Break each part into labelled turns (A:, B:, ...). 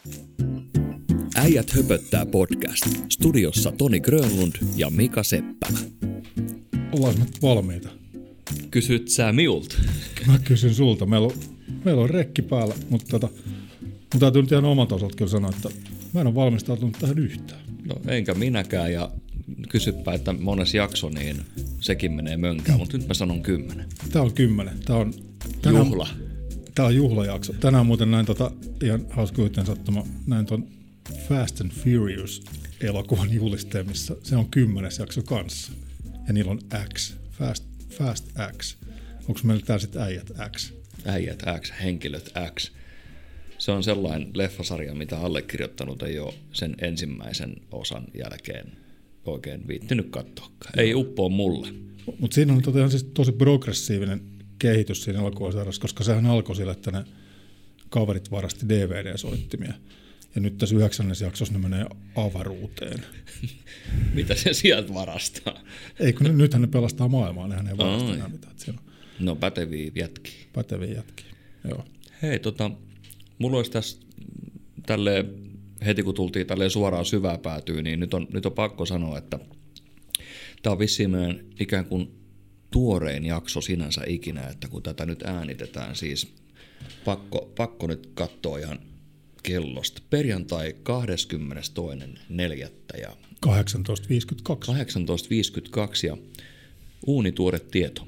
A: Äijät höpöttää podcast. Studiossa Toni Grönlund ja Mika Seppälä.
B: Ollaan me valmiita?
A: Kysyt sä miulta?
B: Mä kysyn sulta. Meillä on rekki päällä, mutta mun täytyy nyt ihan omalta osalta kyllä sanoa, että mä en ole valmistautunut tähän yhtään.
A: No enkä minäkään, ja kysyppä, että mones jakso, niin sekin menee mönkään, mutta nyt mä sanon 10.
B: Tää on 10. Tää on
A: juhla.
B: Tää on juhlajakso. Tänään muuten näin ihan hauska yhteen sattuma, näin ton Fast and Furious elokuvan julisteen, missä se on 10. jakso kanssa. Ja niillä on X, Fast X. Onko meillä tää sitten Äijät X?
A: Äijät X, henkilöt X. Se on sellainen leffasarja, mitä allekirjoittanut ei ole sen ensimmäisen osan jälkeen oikein viittynyt katsoakaan. Ei uppoa mulle.
B: Mutta siinä on ihan siis tosi progressiivinen kehitys siinä elokuvasarjassa, koska sehän alkoi sillä, että ne kaverit varasti DVD-soittimia. Ja nyt tässä 9. jaksossa ne menee avaruuteen.
A: Mitä se sieltä varastaa?
B: Ei, kun nythän ne pelastaa maailmaa, nehän ei varasta enää mitään.
A: No päteviä jätkiä.
B: Päteviä jätkiä, joo.
A: Hei, mulla olisi tässä heti kun tultiin tälleen suoraan syvää päätyyn, niin nyt on pakko sanoa, että tämä on vissiin meidän ikään kuin tuorein jakso sinänsä ikinä, että kun tätä nyt äänitetään, siis pakko nyt katsoa ihan kellosta. Perjantai 22.4. ja
B: 18.52.
A: Ja uunituore tieto.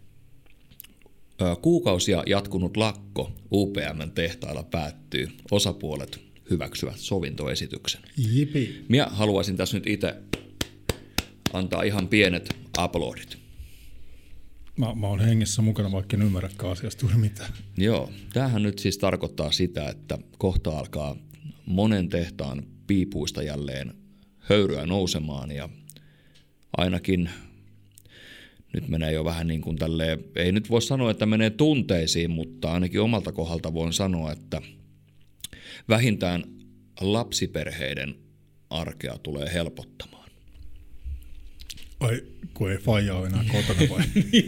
A: Kuukausia jatkunut lakko UPM:n tehtailla päättyy. Osapuolet hyväksyvät sovintoesityksen.
B: Jipi.
A: Minä haluaisin tässä nyt itse antaa ihan pienet aplodit.
B: Mä oon hengessä mukana, vaikka en ymmärräkään asiasta juuri mitään.
A: Joo, tämähän nyt siis tarkoittaa sitä, että kohta alkaa monen tehtaan piipuista jälleen höyryä nousemaan ja ainakin nyt menee jo vähän niin kuin tälleen, ei nyt voi sanoa, että menee tunteisiin, mutta ainakin omalta kohdalta voin sanoa, että vähintään lapsiperheiden arkea tulee helpottamaan.
B: Ai, kun ei faija ole enää kotona vai?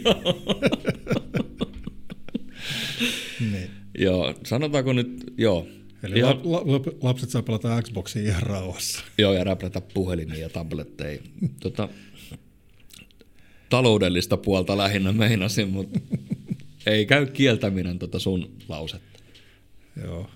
A: Niin. Joo, sanotaanko nyt, joo.
B: Eli lapset saa pelata Xboxia ihan rauhassa.
A: Joo, ja räplätä puhelimia ja tabletteja. Taloudellista puolta lähinnä meinasin, mutta ei käy kieltäminen sun lausetta.
B: Joo.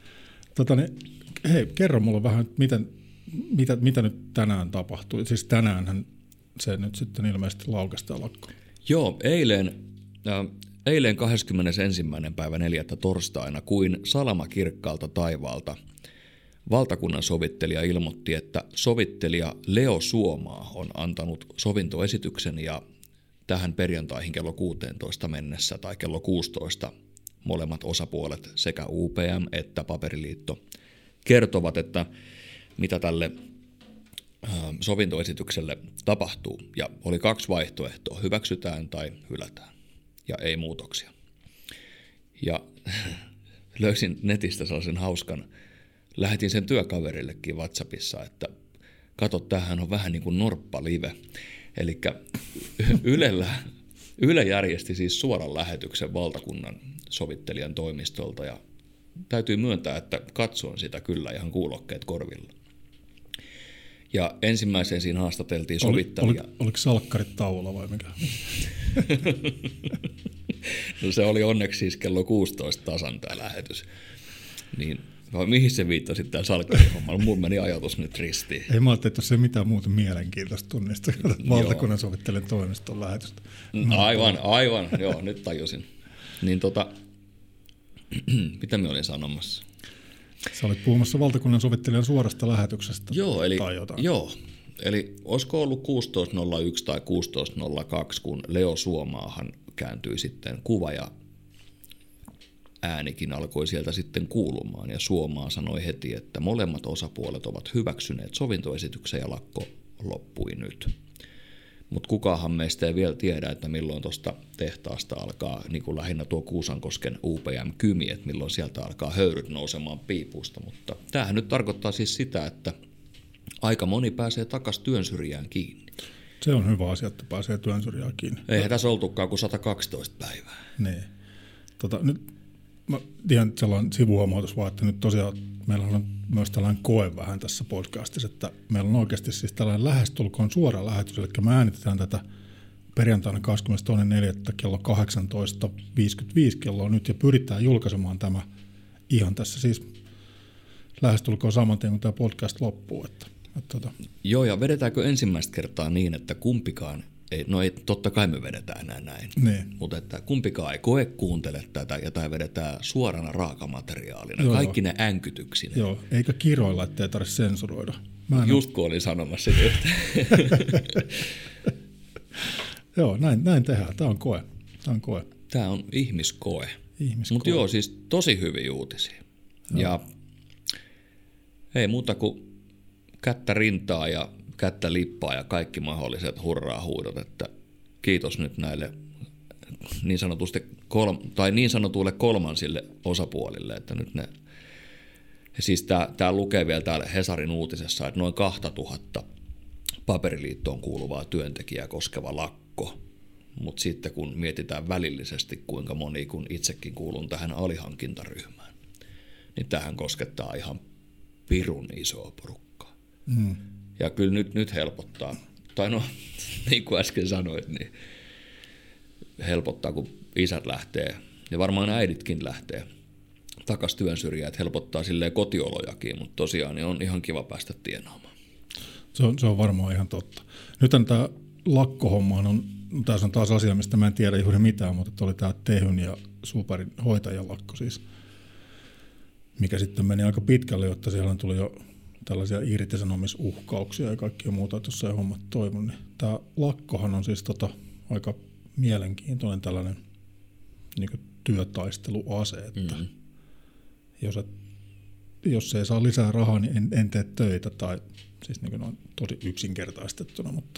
B: Hei, kerro mulle vähän, mitä nyt tänään tapahtui. Siis tänäänhän se nyt sitten ilmeisesti laukesi tämä lakko.
A: Joo, eilen 21.4. torstaina kuin salama kirkkaalta taivaalta valtakunnan sovittelija ilmoitti, että sovittelija Leo Suomaa on antanut sovintoesityksen ja tähän perjantaihin kello 16 mennessä tai kello 16 molemmat osapuolet sekä UPM että Paperiliitto kertovat, että mitä tälle sovintoesitykselle tapahtuu. Ja oli 2 vaihtoehtoa, hyväksytään tai hylätään ja ei muutoksia. Ja löysin netistä sellaisen hauskan, lähetin sen työkaverillekin WhatsAppissa, että kato, tämähän on vähän niin kuin Norppa-live. Eli Yle järjesti siis suoran lähetyksen valtakunnan sovittelijan toimistolta ja täytyy myöntää, että katsoin sitä kyllä ihan kuulokkeet korvilla. Ja ensimmäiseen siinä haastateltiin sovittelija.
B: Oliko salkkarit tauolla vai mikä?
A: No se oli onneksi siis kello 16 tasan tämä lähetys. Niin, mihin se viittasi tämä salkkarihomma? Mulla meni ajatus nyt ristiin.
B: Ei mä ajattelin, että se mitään muuta mielenkiintoista tunnista. Valtakunnan sovittelijan toimiston lähetystä.
A: Aivan, joo, nyt tajusin. Niin mitä minä olin sanomassa?
B: Sä olit puhumassa valtakunnan sovittelijan suorasta lähetyksestä.
A: Eli olisiko ollut 16.01 tai 16.02, kun Leo Suomaahan kääntyi sitten kuva ja äänikin alkoi sieltä sitten kuulumaan. Ja Suomaa sanoi heti, että molemmat osapuolet ovat hyväksyneet sovintoesityksen ja lakko loppui nyt. Mutta kukahan meistä ei vielä tiedä, että milloin tuosta tehtaasta alkaa, niin kuin lähinnä tuo Kuusankosken UPM-kymi, että milloin sieltä alkaa höyryt nousemaan piipusta. Mutta tämähän nyt tarkoittaa siis sitä, että aika moni pääsee takaisin työn syrjään kiinni.
B: Se on hyvä asia, että pääsee työn syrjään kiinni.
A: Eihän tässä oltukaan kuin 112 päivää.
B: Niin. Nyt mä tiedän sellainen sivuhuomautus vaan, että nyt tosiaan meillä on myös tällainen koe vähän tässä podcastissa, että meillä on oikeasti siis tällainen lähestulkoon suora lähetys, eli me äänitetään tätä perjantaina 22.4. kello 18.55 kello nyt ja pyritään julkaisemaan tämä ihan tässä siis lähestulkoon saman tien, kun tämä podcast loppuu.
A: Joo, ja vedetäänkö ensimmäistä kertaa niin, että kumpikaan, ei, totta kai me vedetään näin,
B: niin.
A: Mutta että kumpikaan ei kuuntele tätä, ja tämä vedetään suorana raakamateriaalina,
B: joo,
A: kaikki ne änkytyksineen.
B: Joo, eikä kiroilla, ettei tarvitse sensuroida.
A: Just kun olin sanomassa sitä.
B: Joo, näin tehdään. Tämä on koe.
A: Tämä on ihmiskoe. Mutta joo, siis tosi hyviä uutisia. Joo. Ja ei muuta kuin kättä rintaa ja kättä lippaa ja kaikki mahdolliset hurraa-huudot, että kiitos nyt näille niin sanotuille kolmansille osapuolille, että nyt ne, siis tämä lukee vielä täällä Hesarin uutisessa, että noin 2000 paperiliittoon kuuluvaa työntekijää koskeva lakko, mutta sitten kun mietitään välillisesti, kuinka moni, kun itsekin kuulun tähän alihankintaryhmään, niin tähän koskettaa ihan pirun isoa porukkaa. Mm. Ja kyllä nyt helpottaa, tai no niin kuin äsken sanoit, niin helpottaa, kun isät lähtee, ja varmaan äiditkin lähtee takaisin työn syrjään, että helpottaa silleen kotiolojakin, mutta tosiaan niin on ihan kiva päästä tienaamaan.
B: Se on varmaan ihan totta. Nythän tämä lakkohomma on taas asia, mistä mä en tiedä juuri mitään, mutta oli tämä Tehyn ja Superin hoitajan lakko siis, mikä sitten meni aika pitkälle, jotta siellä tuli jo tällaisia irtisanomisuhkauksia ja kaikkia muuta, että jos ei hommat toivon. Niin tämä lakkohan on siis aika mielenkiintoinen tällainen niin kuin työtaisteluase, että jos ei saa lisää rahaa, niin en tee töitä, tai siis niin kuin on tosi yksinkertaistettuna, mutta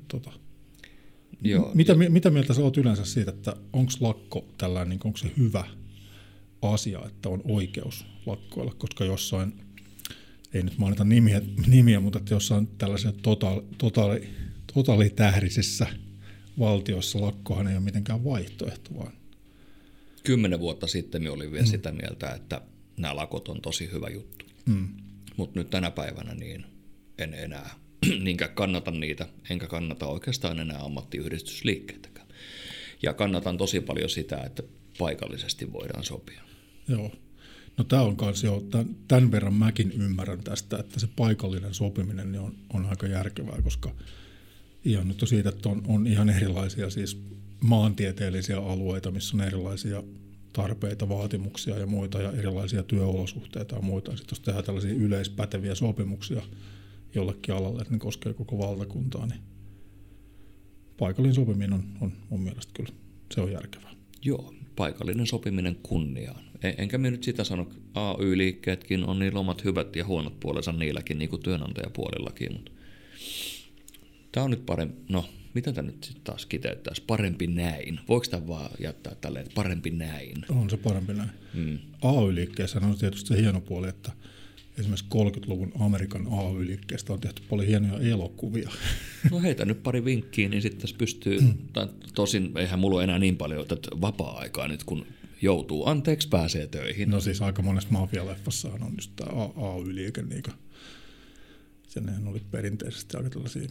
A: joo,
B: mitä mieltä sä oot yleensä siitä, että onko lakko tällainen, niin onko se hyvä asia, että on oikeus lakkoilla, koska jossain, ei nyt mainita nimiä mutta että jossain tällaisessa totalitäärisissä valtioissa lakkohan ei ole mitenkään vaihtoehto, vaan
A: 10 vuotta sitten me olin vielä sitä mieltä, että nämä lakot on tosi hyvä juttu. Mutta nyt tänä päivänä niin en enää niinkään kannata niitä, enkä kannata oikeastaan enää ammattiyhdistysliikkeitäkään. Ja kannatan tosi paljon sitä, että paikallisesti voidaan sopia.
B: Joo. No tämä on myös jo, tämän verran mäkin ymmärrän tästä, että se paikallinen sopiminen niin on aika järkevää, koska ihan nyt on siitä, että on ihan erilaisia siis maantieteellisiä alueita, missä on erilaisia tarpeita, vaatimuksia ja muita ja erilaisia työolosuhteita ja muita. Ja sitten jos tehdään tällaisia yleispäteviä sopimuksia jollekin alalle, että ne koskee koko valtakuntaa, niin paikallinen sopiminen on mun mielestä kyllä, se on järkevää.
A: Joo, paikallinen sopiminen kunniaan. Enkä minä nyt sitä sano, AY-liikkeetkin on niillä omat hyvät ja huonot puolensa niilläkin, niin kuin työnantajapuolillakin, mutta tämä on nyt parempi, no mitä tämä nyt sitten taas kiteyttäisi, parempi näin. Voiko tämä vaan jättää tälleen, että parempi näin?
B: On se parempi näin. AY-liikkeessä on tietysti se hieno puoli, että esimerkiksi 30-luvun Amerikan AY-liikkeestä on tehty paljon hienoja elokuvia.
A: No heitä nyt pari vinkkiä, niin sitten tässä pystyy, tai tosin eihän mulla ole enää niin paljon vapaa-aikaa nyt, kun joutuu anteeksi, pääsee töihin.
B: No siis aika monessa mafialeffassahan on just tämä AY-liike, niin senhän oli perinteisesti aika tällaisia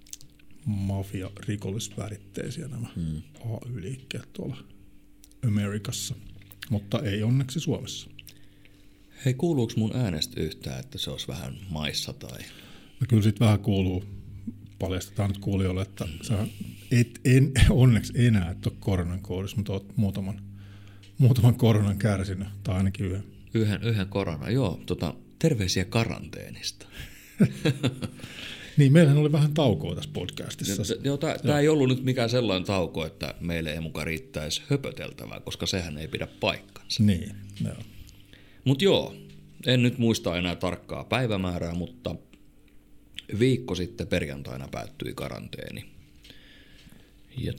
B: mafia-rikollisväritteisiä nämä AY-liikkeet tuolla Amerikassa, mutta ei onneksi Suomessa.
A: Hei, kuuluuko mun äänestä yhtään, että se olisi vähän maissa tai?
B: No kyllä siitä vähän kuuluu, paljastetaan nyt kuulijoille, että sä en onneksi enää et ole koronan kohdissa, mutta olet muutaman koronan kärsinyt, tai ainakin yhden.
A: Yhden koronan, joo. Terveisiä karanteenista.
B: Niin, meillähän oli vähän taukoa tässä podcastissa.
A: Joo, tämä ei ollut nyt mikään sellainen tauko, että meille ei mukaan riittäisi höpöteltävää, koska sehän ei pidä paikkansa.
B: Niin, joo.
A: Mutta joo, en nyt muista enää tarkkaa päivämäärää, mutta viikko sitten perjantaina päättyi karanteeni. Ja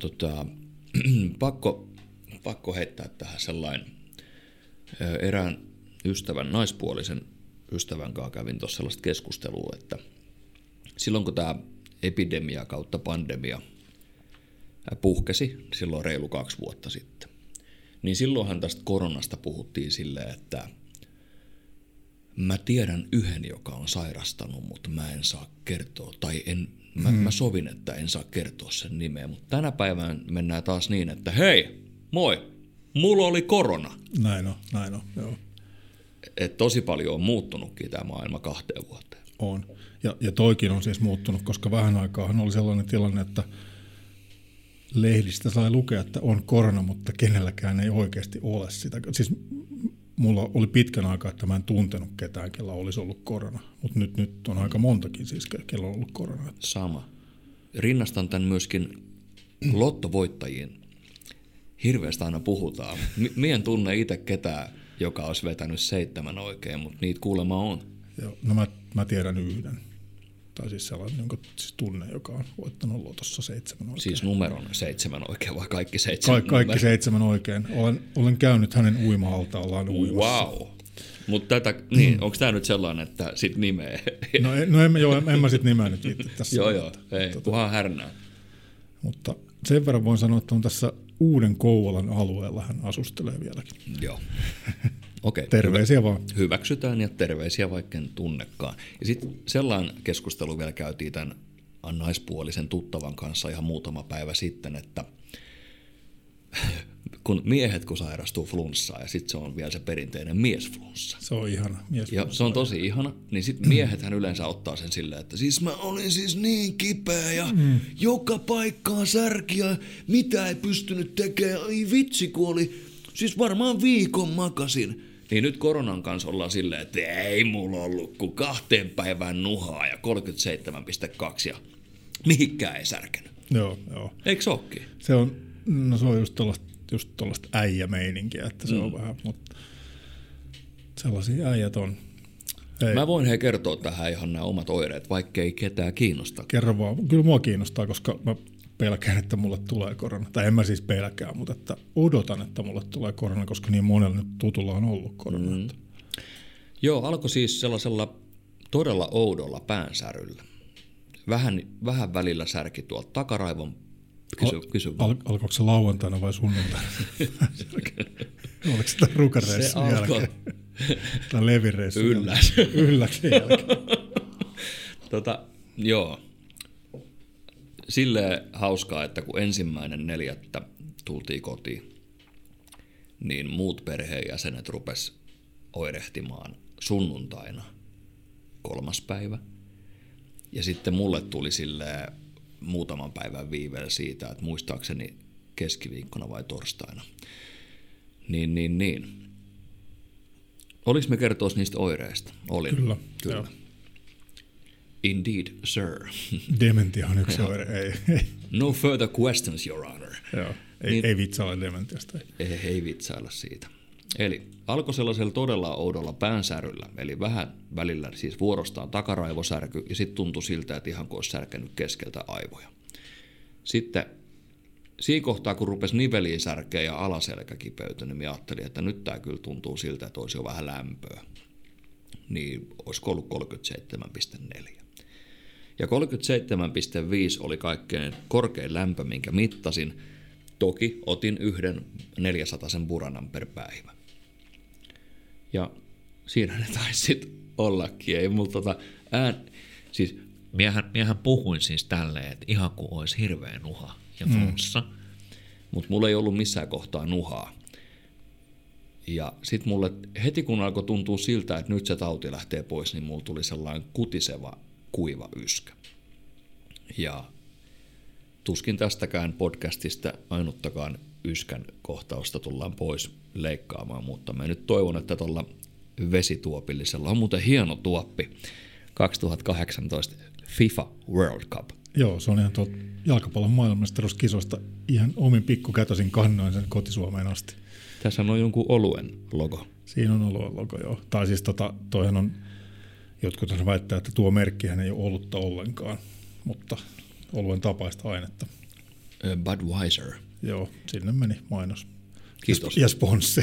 A: pakko heittää tähän sellainen erään ystävän, naispuolisen ystävän kanssa kävin tuossa sellaista keskustelua, että silloin kun tämä epidemia kautta pandemia puhkesi silloin reilu 2 vuotta sitten, niin silloinhan tästä koronasta puhuttiin silleen, että mä tiedän yhden, joka on sairastanut, mutta mä en saa kertoa, tai mä sovin, että en saa kertoa sen nimeä, mutta tänä päivänä mennään taas niin, että hei, moi, mulla oli korona.
B: Näin on, joo.
A: Et tosi paljon on muuttunutkin tämä maailma 2 vuoteen.
B: On. Ja toikin on siis muuttunut, koska vähän aikaahan oli sellainen tilanne, että lehdistä sai lukea, että on korona, mutta kenelläkään ei oikeasti ole sitä. Siis mulla oli pitkän aikaa, että mä en tuntenut ketään, kellä olisi ollut korona, mutta nyt on aika montakin siis, kellä on ollut korona.
A: Sama. Rinnastan tämän myöskin lottovoittajiin. Hirveästi aina puhutaan. Mie en tunne itse ketään, joka olisi vetänyt 7 oikein, mutta niitä kuulemma on.
B: Joo, no mä tiedän yhden. Tai siis sellainen, jonka siis tunne, joka on voittanut lotossa 7 oikein.
A: Siis numeron 7 oikein vai kaikki 7?
B: Kaikki 7 oikein. Olen käynyt hänen uimahaltaallaan uimassa.
A: Wow. Mutta onko tämä nyt sellainen, että sit nimeä?
B: En mä sit nimeä nyt viitti tässä.
A: Joo, ei, kunhan härnää.
B: Mutta sen verran voin sanoa, että on tässä Uuden Kouvolan alueella hän asustelee vieläkin.
A: Joo. Okei.
B: Terveisiä vaan.
A: Hyväksytään ja terveisiä vaikka en tunnekaan. Ja sitten sellainen keskustelu vielä käytiin tämän naispuolisen tuttavan kanssa ihan muutama päivä sitten, että kun sairastuu flunssaan ja sitten se on vielä se perinteinen miesflunssa.
B: Se on ihana.
A: Ja se on tosi ihana, niin sitten miehethän yleensä ottaa sen silleen, että siis mä olin siis niin kipeä ja joka paikkaan särkiä, mitä ei pystynyt tekemään, ai vitsi kun oli, siis varmaan viikon makasin. Niin nyt koronan kanssa ollaan silleen, että ei mulla ollut kuin 2 päivän nuhaa ja 37,2 ja mihinkään ei särkenyt.
B: Joo.
A: Eikö se ookin?
B: Se on just tuollaista äijämeininkiä, että se on vähän, mutta sellaisia äijät on. Ei.
A: Mä voin kertoa tähän ihan nämä omat oireet, vaikka ei ketään kiinnosta.
B: Kerro vaan. Kyllä mua kiinnostaa, koska mä pelkään, että mulle tulee korona. Tai en mä siis pelkää, mutta että odotan, että mulle tulee korona, koska niin monella nyt tutulla on ollut korona.
A: Joo, alkoi siis sellaisella todella oudolla päänsäryllä. Vähän välillä särki tuolta takaraivon.
B: Alkoiko se lauantaina vai sunnuntaina? Oliko sitä rukareissun jälkeen? Tai levireissun Ylläksen jälkeen.
A: Joo. Silleen hauskaa, että kun 1.4. tultiin kotiin, niin muut perheenjäsenet rupes oirehtimaan sunnuntaina 3. päivä. Ja sitten mulle tuli silleen muutaman päivän viiveellä siitä, että muistaakseni keskiviikkona vai torstaina. Niin. Olis me kertois niistä oireista? Olin. Kyllä. Indeed, sir.
B: Dementia on yksi oire, ei.
A: No further questions, your honor.
B: Joo, ei vitsailla dementiasta.
A: Ei vitsailla siitä. Eli alkoi sellaisella todella oudolla päänsäryllä, eli vähän välillä siis vuorostaan takaraivosärky, ja sitten tuntui siltä, että ihan kuin olisi särkenyt keskeltä aivoja. Sitten siinä kohtaa, kun rupesi niveliin särkeä ja alaselkä kipeytyi, niin ajattelin, että nyt tämä kyllä tuntuu siltä, että olisi jo vähän lämpöä. Niin olisiko ollut 37,4. Ja 37,5 oli kaikkein korkein lämpö, minkä mittasin. Toki otin 1 400 buranan per päivä. Ja siinä ne taisi ollakin. Ei mulla siis miehän puhuin siis tälleen, että ihan kuin olisi hirveä nuha ja flunssa. Mutta mulla ei ollut missään kohtaa nuhaa. Ja sit mulle heti kun alkoi tuntua siltä, että nyt se tauti lähtee pois, niin mulla tuli sellainen kutiseva, kuiva yskä. Ja tuskin tästäkään podcastista ainuttakaan yskän kohtausta tullaan pois leikkaamaan, mutta mä nyt toivon, että tuolla vesituopillisella on muuten hieno tuoppi 2018 FIFA World Cup.
B: Joo, se on ihan tuolta jalkapallon maailmanmestaruuskisoista ihan omin pikkukätösin kannoin sen kotisuomeen asti.
A: Tässä on jonkun oluen logo.
B: Siinä on oluen logo, joo. Tai siis toihan on, jotkut väittää, että tuo merkkihän ei ole olutta ollenkaan, mutta oluen tapaista ainetta.
A: Budweiser.
B: Joo, sinne meni mainos.
A: Kiitos.
B: Ja sponssi.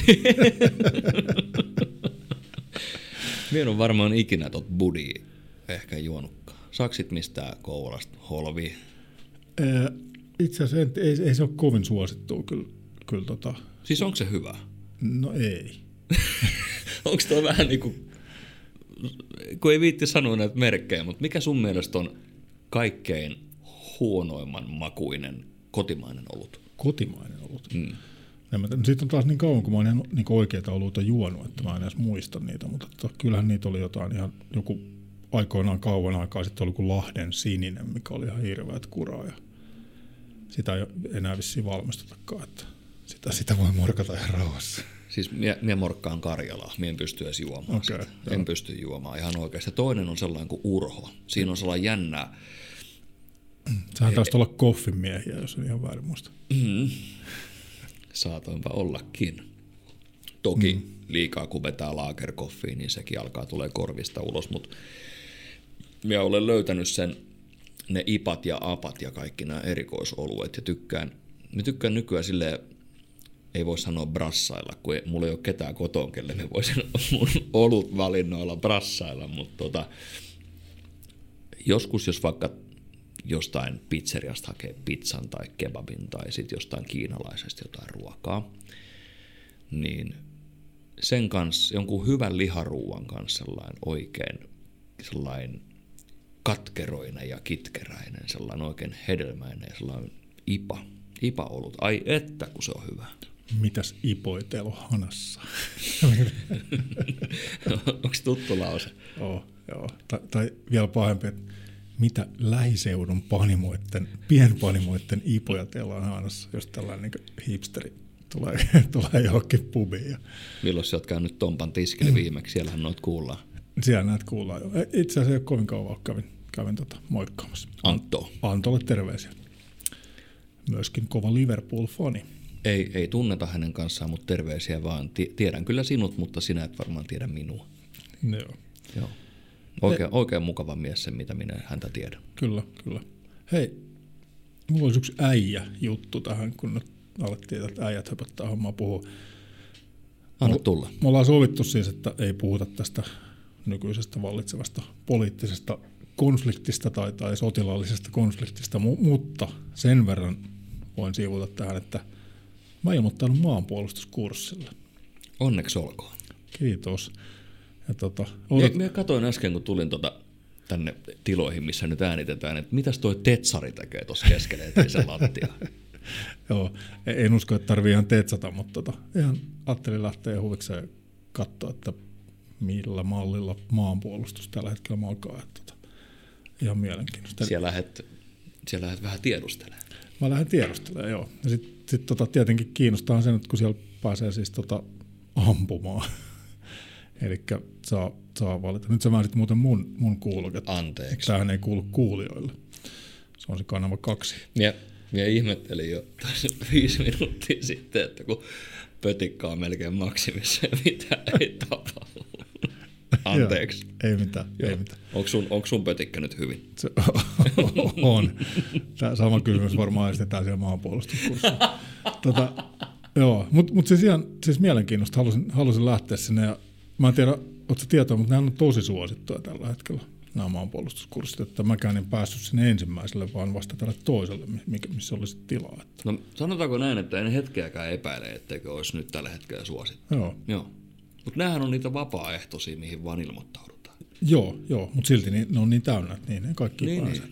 A: Minä en ole varmaan ikinä tot budia ehkä juonutkaan. Saksit mistään Kouvolasta holvia?
B: Itse asiassa ei se ole kovin suosittua kyllä
A: Siis onko se hyvä?
B: No ei.
A: Onko toi vähän niinku, kun ei viitti sanoa näitä merkkejä, mutta mikä sun mielestä on kaikkein huonoimman makuinen kotimainen olut?
B: Kotimainen olut? Sitten on taas niin kauan, kun mä oon ihan niin oikeita oluita juonut, että mä en edes muista niitä, mutta kyllähän niitä oli jotain ihan joku aikoinaan kauan aikaa sitten oli kuin Lahden sininen, mikä oli ihan hirveät kuraa ja sitä ei enää vissiin valmistetakaan, että sitä voi morkata ihan rauhassa.
A: Siis mie morkkaan Karjalaa, mie en pysty edes juomaan sitä. En pysty juomaan ihan oikeasti. Toinen on sellainen kuin Urho. Siinä on sellainen jännää.
B: Sähän taisi olla koffin miehiä, jos en ihan väärin muista.
A: Saatoinpa ollakin. Toki liikaa kun vetää laagerkoffiin, niin sekin alkaa tulee korvista ulos, mutta minä olen löytänyt ne ipat ja apat ja kaikki nämä erikoisoluet ja tykkään nykyään silleen, ei voi sanoa brassailla, kun mulla ei ole ketään kotoon, kelle me voisin mun olut valinnoilla brassailla, mutta joskus jos vaikka jostain pizzeriasta hakee pizzan tai kebabin tai sitten jostain kiinalaisesta jotain ruokaa, niin sen kanssa, jonkun hyvän liharuuan kanssa sellainen katkeroinen ja kitkeräinen, sellainen oikein hedelmäinen ja sellainen ipa-olut. Ai että, kun se on hyvä.
B: Mitäs ipoi teillä on hanassa?
A: Onko tuttu lause?
B: Joo. Tai vielä pahempi, että mitä lähiseudun pienpanimoiden ipoja teillä on hanassa, jos tällainen niin hipsteri tulee johonkin pubiin.
A: Milloin sä oot käynyt Tompan tiskille viimeksi? Siellähän noit kuullaan.
B: Siellä näet kuullaan jo. Itse asiassa ei ole kovin kauan kävin moikkaamassa. Antolle terveisiä. Myöskin kova Liverpool-fani.
A: Ei tunneta hänen kanssaan, mutta terveisiä vaan. Tiedän kyllä sinut, mutta sinä et varmaan tiedä minua. Joo. Oikein mukava mies se, mitä minä häntä tiedän.
B: Kyllä. Hei, mulla olisi yksi äijä-juttu tähän, kun nyt alettiin, että äijät höpöttää hommaa puhua.
A: Anna tulla.
B: Me ollaan sovittu siis, että ei puhuta tästä nykyisestä vallitsevasta poliittisesta konfliktista tai sotilaallisesta konfliktista, mutta sen verran voin sivuta tähän, että mä ilmoittanut maanpuolustuskurssille.
A: Onneksi olkoon.
B: Kiitos.
A: Minä katsoin äsken, kun tulin tänne tiloihin, missä nyt äänitetään, että mitäs toi tetsari tekee tuossa keskellä eteisen lattiaan.
B: Joo, en usko, että tarvii ihan tetsata, mutta ihan ajattelin lähteä huvikseen katsoa, että millä mallilla maanpuolustus tällä hetkellä makaa. Ihan mielenkiintoista.
A: Siellä lähdet vähän tiedustelemaan.
B: Mä lähden tiedustelemaan, joo. Ja sitten tietenkin kiinnostaa sen, että kun siellä pääsee siis ampumaan. Elikkä saa valita. Nyt sä väänsit muuten mun kuuloket.
A: Anteeksi.
B: Tämähän ei kuulu kuulijoille. Se on se kanava 2.
A: Minä ihmettelin jo 5 minuuttia sitten, että kun pötikka on melkein maksimissa ja mitä ei tapahdu. Anteeksi.
B: Ei mitään.
A: Onko sun pötikkä nyt hyvin?
B: Se on. Tämä sama kysymys varmaan esitetään siellä maanpuolustuskurssilla. Joo, mutta siis mielenkiintoista. Halusin lähteä sinne ja mä en tiedä, ootko tietoa, mutta nämä on tosi suosittuja tällä hetkellä, nämä maanpuolustuskurssit, että mäkään en päässyt sinne ensimmäiselle, vaan vasta tälle toiselle, missä olisi tilaa. Että.
A: No sanotaanko näin, että en hetkeäkään epäile, etteikö olisi nyt tällä hetkellä suosittu.
B: Joo.
A: Mutta nämähän on niitä vapaaehtoisia, mihin vaan ilmoittaudutaan.
B: Joo, mutta silti ne on niin täynnä, että niin kaikki pääsee.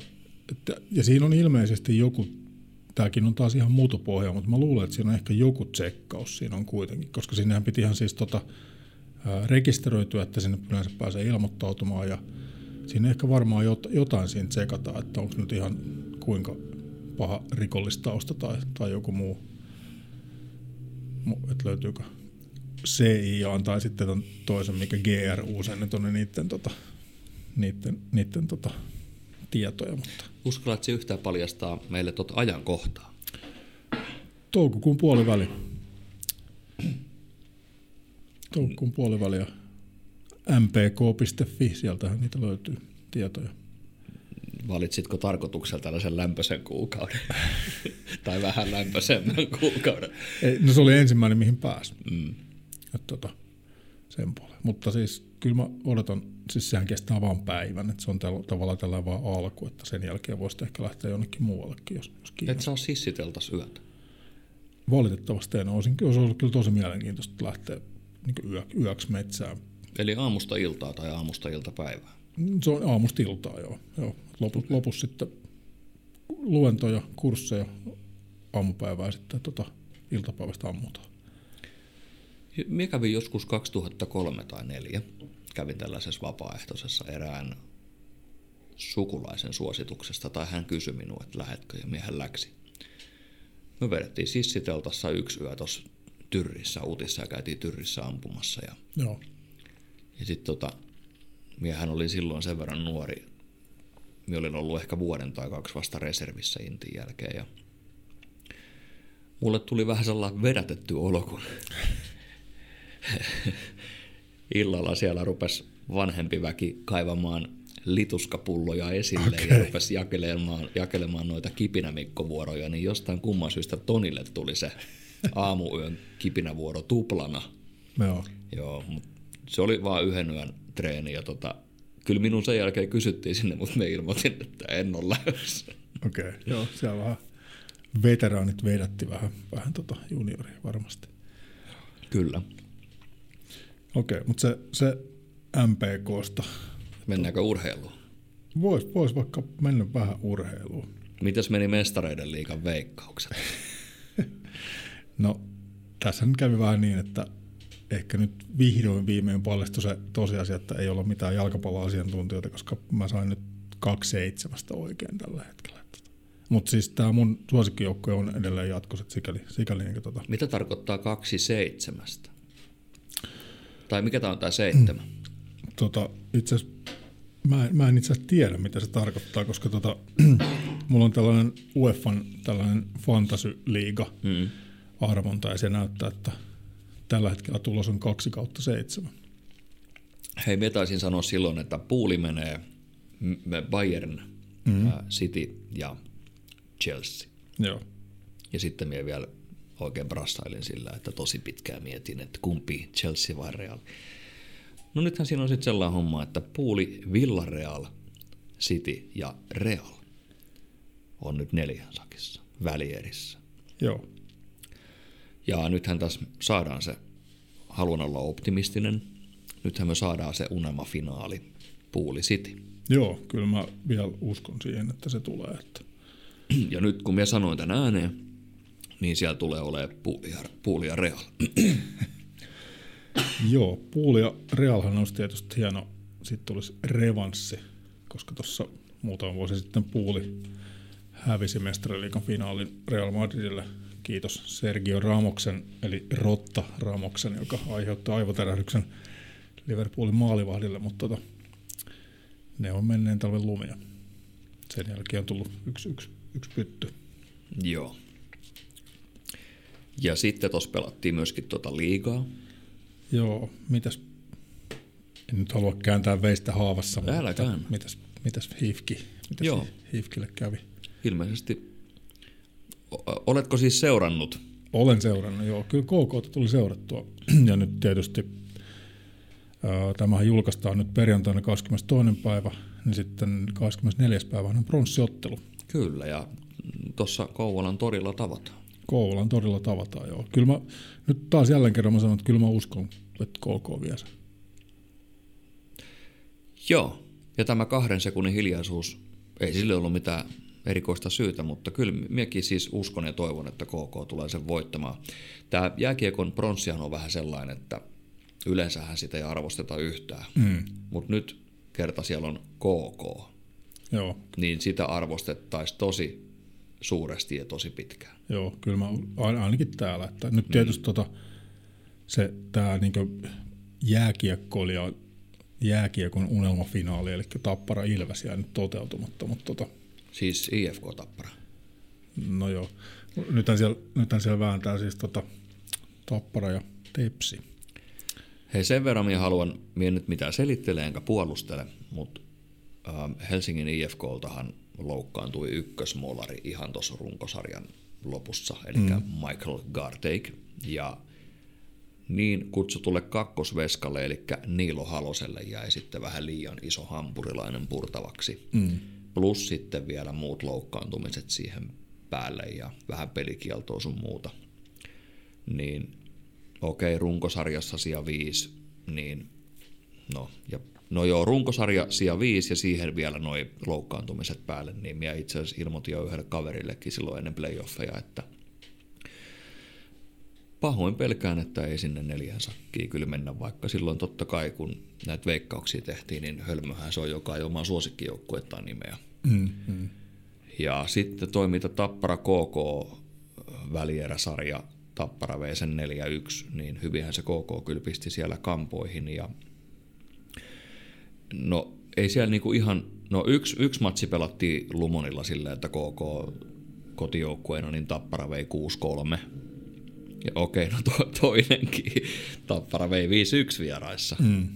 B: Ja siinä on ilmeisesti joku, tämäkin on taas ihan mutupohja, mutta mä luulen, että siinä on ehkä joku tsekkaus siinä on kuitenkin, koska sinnehän piti ihan siis rekisteröityä, että sinne yleensä pääsee ilmoittautumaan ja siinä ehkä varmaan jotain siinä tsekataan, että onko nyt ihan kuinka paha rikollistausta tai joku muu, että löytyykö CIA tai sitten ton toisen, mikä GRU sen nyt on niiden tietoja. Mutta.
A: Uskallatko se yhtään paljastaa meille ajankohtaa?
B: Toukokuun puoliväli. Toukokuun puoliväli ja mpk.fi, sieltähän niitä löytyy tietoja.
A: Valitsitko tarkoituksella tällaisen lämpöisen kuukauden? Tai vähän lämpöisemmän kuukauden?
B: No se oli ensimmäinen, mihin pääsi. Sen puoleen. Mutta siis kyllä mä odotan, siis sehän kestää vaan päivän, että se on tavallaan tällainen vaan alku, että sen jälkeen voisi ehkä lähteä jonnekin muuallekin, jos kiinnostaa.
A: Et saa sissiteltas yötä?
B: valitettavasti en olisi ollut kyllä tosi mielenkiintoista lähteä niin yöksi metsään.
A: Eli aamusta iltaa tai aamusta iltapäivää?
B: Se on aamusta iltaa, joo. Lopussa sitten luentoja, kursseja, aamupäivää sitten iltapäivästä ammutaan.
A: Minä kävin joskus 2003 tai 2004. Kävin tällaisessa vapaaehtoisessa erään sukulaisen suosituksesta, tai hän kysyi minua, että lähetkö, ja miehän läksi. Me vedettiin sissiteltassa yksi yö tuossa Tyrrissä, Utissa, ja käytiin Tyrrissä ampumassa.
B: Joo.
A: Ja sitten miehän oli silloin sen verran nuori. Minä olin ollut ehkä vuoden tai 2 vasta reservissä intin jälkeen, ja mulle tuli vähän sellainen vedätetty olo, kun illalla siellä rupesi vanhempi väki kaivamaan lituskapulloja esille ja rupesi jakelemaan noita kipinämikkovuoroja, niin jostain kumman syystä Tonille tuli se aamuyön kipinävuoro tuplana. Joo, mutta se oli vaan yhden yön treeni ja kyllä minun sen jälkeen kysyttiin sinne, mutta me ilmoitin, että en ole lähdössä.
B: Okei, joo, siellä vähän veteraanit vedätti vähän junioria varmasti.
A: Kyllä.
B: Okei, mutta se MPK:sta.
A: Mennäänkö urheiluun?
B: Vois vaikka mennä vähän urheiluun.
A: Mitäs meni Mestareiden liigan veikkaukset?
B: No, tässä nyt kävi vähän niin, että ehkä nyt vihdoin viimein paljastui se tosiasia, että ei olla mitään jalkapalloasiantuntijoita, koska mä sain nyt 2-7 oikein tällä hetkellä. Mutta siis tämä mun suosikkijoukkue on edelleen jatkossa, sikäli niin
A: Mitä tarkoittaa 2-7? Tai mikä tämä on tämä 7?
B: Itse asiassa mä en itse asiassa tiedä, mitä se tarkoittaa, koska mulla on tällainen UEFan tällainen fantasy-liiga arvonta, ja se näyttää, että tällä hetkellä tulos on 2/7.
A: Hei, mä taisin sanoa silloin, että puuli menee Bayern, City ja Chelsea.
B: Joo.
A: Ja sitten minä vielä oikein brassailin sillä, että tosi pitkään mietin, että kumpi, Chelsea vai Real. No nythän siinä on sitten sellainen homma, että puuli Villarreal, City ja Real on nyt 4 sakissa, välierissä.
B: Joo.
A: Ja nythän tässä saadaan se, haluan olla optimistinen, nythän me saadaan se unelmafinaali, puuli City.
B: Joo, kyllä mä vielä uskon siihen, että se tulee. Että.
A: Ja nyt kun minä sanoin tämän ääneen, niin siellä tulee olemaan puuli ja Real.
B: Joo, puuli ja Realhan olisi tietysti hieno, sitten tulisi revanssi, koska tuossa muutama vuosi sitten puuli hävisi Mestariliigan finaalin Real Madridille. Kiitos Sergio Ramoksen, eli Rotta Ramoksen, joka aiheutti aivotärähdyksen Liverpoolin maalivahdille, mutta ne on menneen talven lumia. Sen jälkeen on tullut yksi pytty.
A: Joo. Ja sitten tuossa pelattiin myöskin liigaa.
B: Joo, mitäs, en nyt halua kääntää veistä haavassa,
A: mutta
B: mitäs Hifki, mitäs Hifkille kävi? Ilmeisesti.
A: Oletko siis seurannut?
B: Olen seurannut, joo. Kyllä KK tuli seurattua. Ja nyt tietysti tämähän julkaistaan nyt perjantaina 22. päivä, niin sitten 24. päivä on pronssiottelu.
A: Kyllä, ja tuossa Kouvolan torilla tavataan.
B: Kouvolan torilla tavataan, joo. Kyllä mä, nyt taas jälleen kerran mä sanon, että kyllä mä uskon, että KK vie sen.
A: Joo, ja tämä 2 sekunnin hiljaisuus, ei sille ollut mitään erikoista syytä, mutta kyllä minäkin siis uskon ja toivon, että KK tulee sen voittamaan. Tämä jääkiekon pronssihan on vähän sellainen, että yleensähän sitä ei arvosteta yhtään, mutta nyt kerta siellä on KK,
B: joo, niin
A: sitä arvostettaisiin tosi suuresti ja tosi pitkään.
B: Joo, kyllä mä ainakin täällä. Että nyt tietysti tämä niinku jääkiekon unelmafinaali, eli Tappara Ilves jää nyt toteutumatta. Mutta
A: siis IFK Tappara.
B: No joo. Nythän siellä vääntää siis Tappara ja Tepsi.
A: Hei, sen verran minä nyt mitään selittele enkä puolustele, mutta Helsingin IFKltahan loukkaantui ykkösmolari ihan tuossa runkosarjan lopussa, eli Michael Garteig, ja niin kutsutulle kakkosveskalle, eli Niilo Haloselle jäi sitten vähän liian iso hampurilainen purtavaksi, plus sitten vielä muut loukkaantumiset siihen päälle ja vähän pelikieltoa sun muuta. niin okei, runkosarjassa sija 5, niin no joo, runkosarja sija 5 ja siihen vielä noi loukkaantumiset päälle, niin minä itse asiassa ilmoitin jo yhdelle kaverillekin silloin ennen playoffeja, että pahoin pelkään, että ei sinne 4 sakkiin kyllä mennä, vaikka silloin totta kai, kun näitä veikkauksia tehtiin, niin hölmöhän se on joka ei omaa suosikkijoukkuettaan nimeä. Ja sitten toi, mitä Tappara KK välieräsarja, Tappara vei sen 4-1, niin hyvinhän se KK kyllä pisti siellä kampoihin. Ja no ei siellä niinku ihan, no yksi matsi pelattiin Lumonilla silleen, että KK kotijoukkueena, niin Tappara vei 6-3. Ja okei, no toinenkin. Tappara vei 5-1 vieraissa.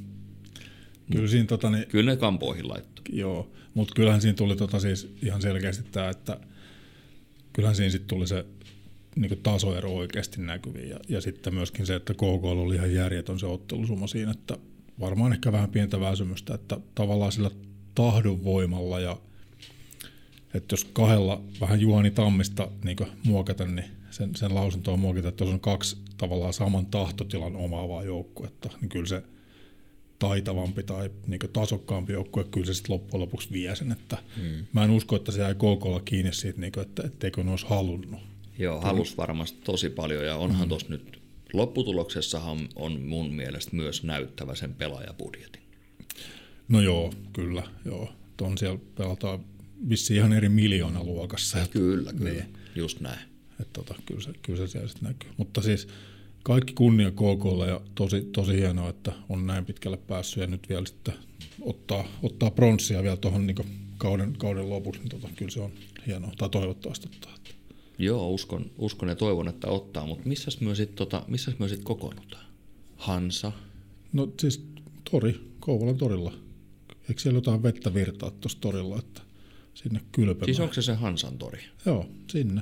B: Kyllä siinä
A: kyllä ne kampoihin laittoi.
B: Joo, mutta kyllähän siinä tuli siis ihan selkeästi tämä, että kyllähän siinä sitten tuli se niin tasoero oikeasti näkyviin. Ja sitten myöskin se, että KK oli ihan järjetön se ottelusuma siinä, että varmaan ehkä vähän pientä väsymystä, että tavallaan sillä tahdonvoimalla ja että jos kahdella vähän Juhani Tammista niin muokata, niin sen lausuntoa muokata, että jos on 2 tavallaan saman tahtotilan omaavaa joukkuetta, niin kyllä se taitavampi tai niin tasokkaampi joukkue, kyllä se sitten loppujen lopuksi vie sen. Että mä en usko, että se jäi KK:lla kiinni siitä, niin että etteikö ne olisi halunnut.
A: Joo, halus varmasti tosi paljon ja onhan tuossa nyt lopputuloksessahan on mun mielestä myös näyttävä sen pelaajabudjetin.
B: No joo, kyllä. Joo. Tuon siellä pelataan vissiin ihan eri miljoonaluokassa.
A: Kyllä, niin. Just näin.
B: Että kyllä se siellä sitten näkyy. Mutta siis kaikki kunnia KK:lle ja tosi hienoa, että on näin pitkälle päässyt ja nyt vielä sitten ottaa pronssia vielä tuohon niin kauden lopuksi. Niin kyllä se on hienoa, tai toivottavasti ottaa.
A: Joo, uskon ja toivon, että ottaa, mutta missäs me sitten kokoonnutaan? Hansa?
B: No siis Kouvolan torilla. Eikö siellä jotain vettä virtaa tuossa torilla, että sinne kylpemään?
A: Siis onko se Hansan tori?
B: Joo, sinne.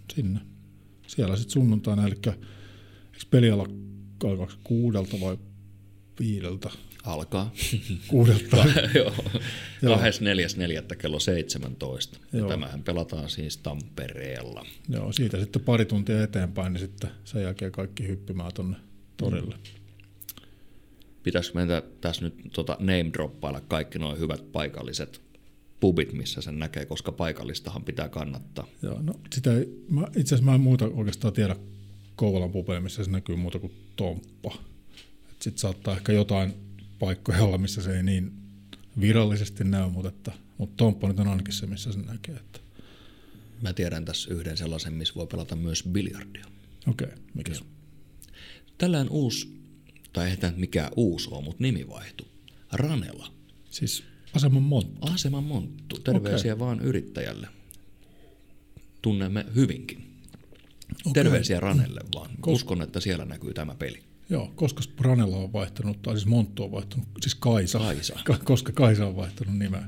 B: Siellä sitten sunnuntaina, eli eikö peli alkaa 6 vai 5?
A: Alkaa.
B: 6.
A: Joo. 24.4. kello 17. Ja tämähän pelataan siis Tampereella.
B: Joo, siitä sitten pari tuntia eteenpäin, niin sitten sen jälkeen kaikki hyppimään tuonne torille.
A: Pitäisikö meidän tässä nyt name-droppailla kaikki nuo hyvät paikalliset pubit, missä sen näkee, koska paikallistahan pitää kannattaa.
B: Joo, no sitä itse asiassa mä en muuta oikeastaan tiedä Kouvolan pubeja, missä se näkyy muuta kuin Tomppa. Sitten saattaa ehkä jotain paikkoja olla, missä se ei niin virallisesti näy, mutta Tomppa nyt on ainakin se, missä se näkee. Että.
A: Mä tiedän tässä yhden sellaisen, missä voi pelata myös biljardia.
B: Okei, mikäs?
A: Tällään uusi, tai eihän tämä mikään uusi ole, mutta nimi vaihtui. Ranela.
B: Siis Aseman Monttu.
A: Aseman Monttu. Terveisiä vaan yrittäjälle. Tunnemme hyvinkin. Terveisiä Ranelle vaan. Uskon, että siellä näkyy tämä peli.
B: Joo, koska Ranella on vaihtanut, tai siis Monttu on vaihtanut, siis Kaisa. Koska Kaisa on vaihtanut nimeä.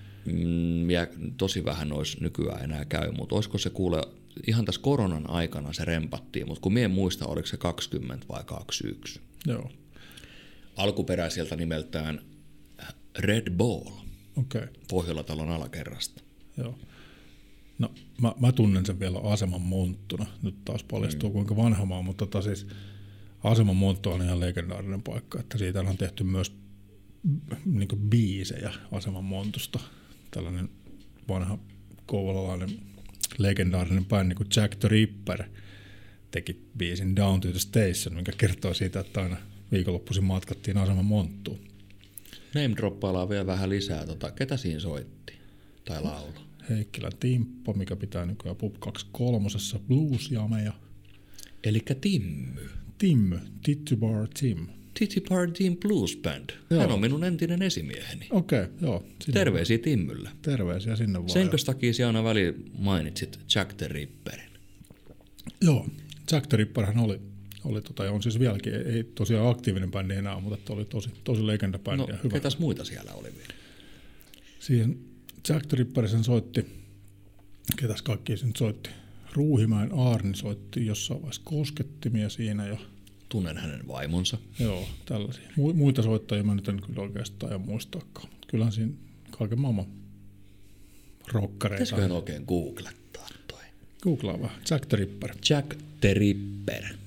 A: Ja tosi vähän olisi nykyään enää käy, mutta olisiko se kuule, ihan tässä koronan aikana se rempattiin, mutta kun mie en muista, oliko se 20 vai 21.
B: Joo.
A: Alkuperäiseltä nimeltään Red Ball.
B: Okei.
A: Pohjolatalon alakerrasta.
B: Joo. No mä tunnen sen vielä Aseman Monttuna. Nyt taas paljastuu kuinka vanha mä oon, mutta siis Aseman Monttu on ihan legendaarinen paikka, että siitä on tehty myös niin kuin biisejä Aseman Montusta. Tällainen vanha kouvolalainen legendaarinen bändi kuin Jack the Ripper teki biisin Down to the Station, mikä kertoo siitä, että aina viikonloppuisin matkattiin Aseman Monttuun.
A: Name-droppaillaan vielä vähän lisää. Ketä siinä soitti tai laula?
B: Heikkilän Timppo, mikä pitää nykyään Pub 23 blues-jameja.
A: Elikkä Timmy.
B: Titty Bar Tim.
A: Titty Bar Tim Blues Band. Joo. Hän on minun entinen esimieheni.
B: Okei, joo.
A: Terveisiä Timmylle.
B: Terveisiä sinne vaan.
A: Senkö takia sinä aina väliin mainitsit Jack the Ripperin?
B: Joo, Jack the Ripperhän oli ja on siis vieläkin, ei tosiaan aktiivinen bändi enää, mutta oli tosi legendabändi.
A: No, hyvä. Ketäs muita siellä oli vielä?
B: Siihen Jack the Ripperisen soitti, ketäs kaikki sen soitti? Ruuhimäen Aarni soitti jossain vaiheessa koskettimia siinä. Ja
A: tunnen hänen vaimonsa.
B: Joo, tällaisia. Muita soittajia mä nyt en kyllä oikeastaan ja muistaakaan, mutta kyllähän siinä kaiken maailman rockareita.
A: Pitäisiköhän oikein googlettaa toi?
B: Googlaa vähän. Jack the Ripper.
A: Jack the Ripper.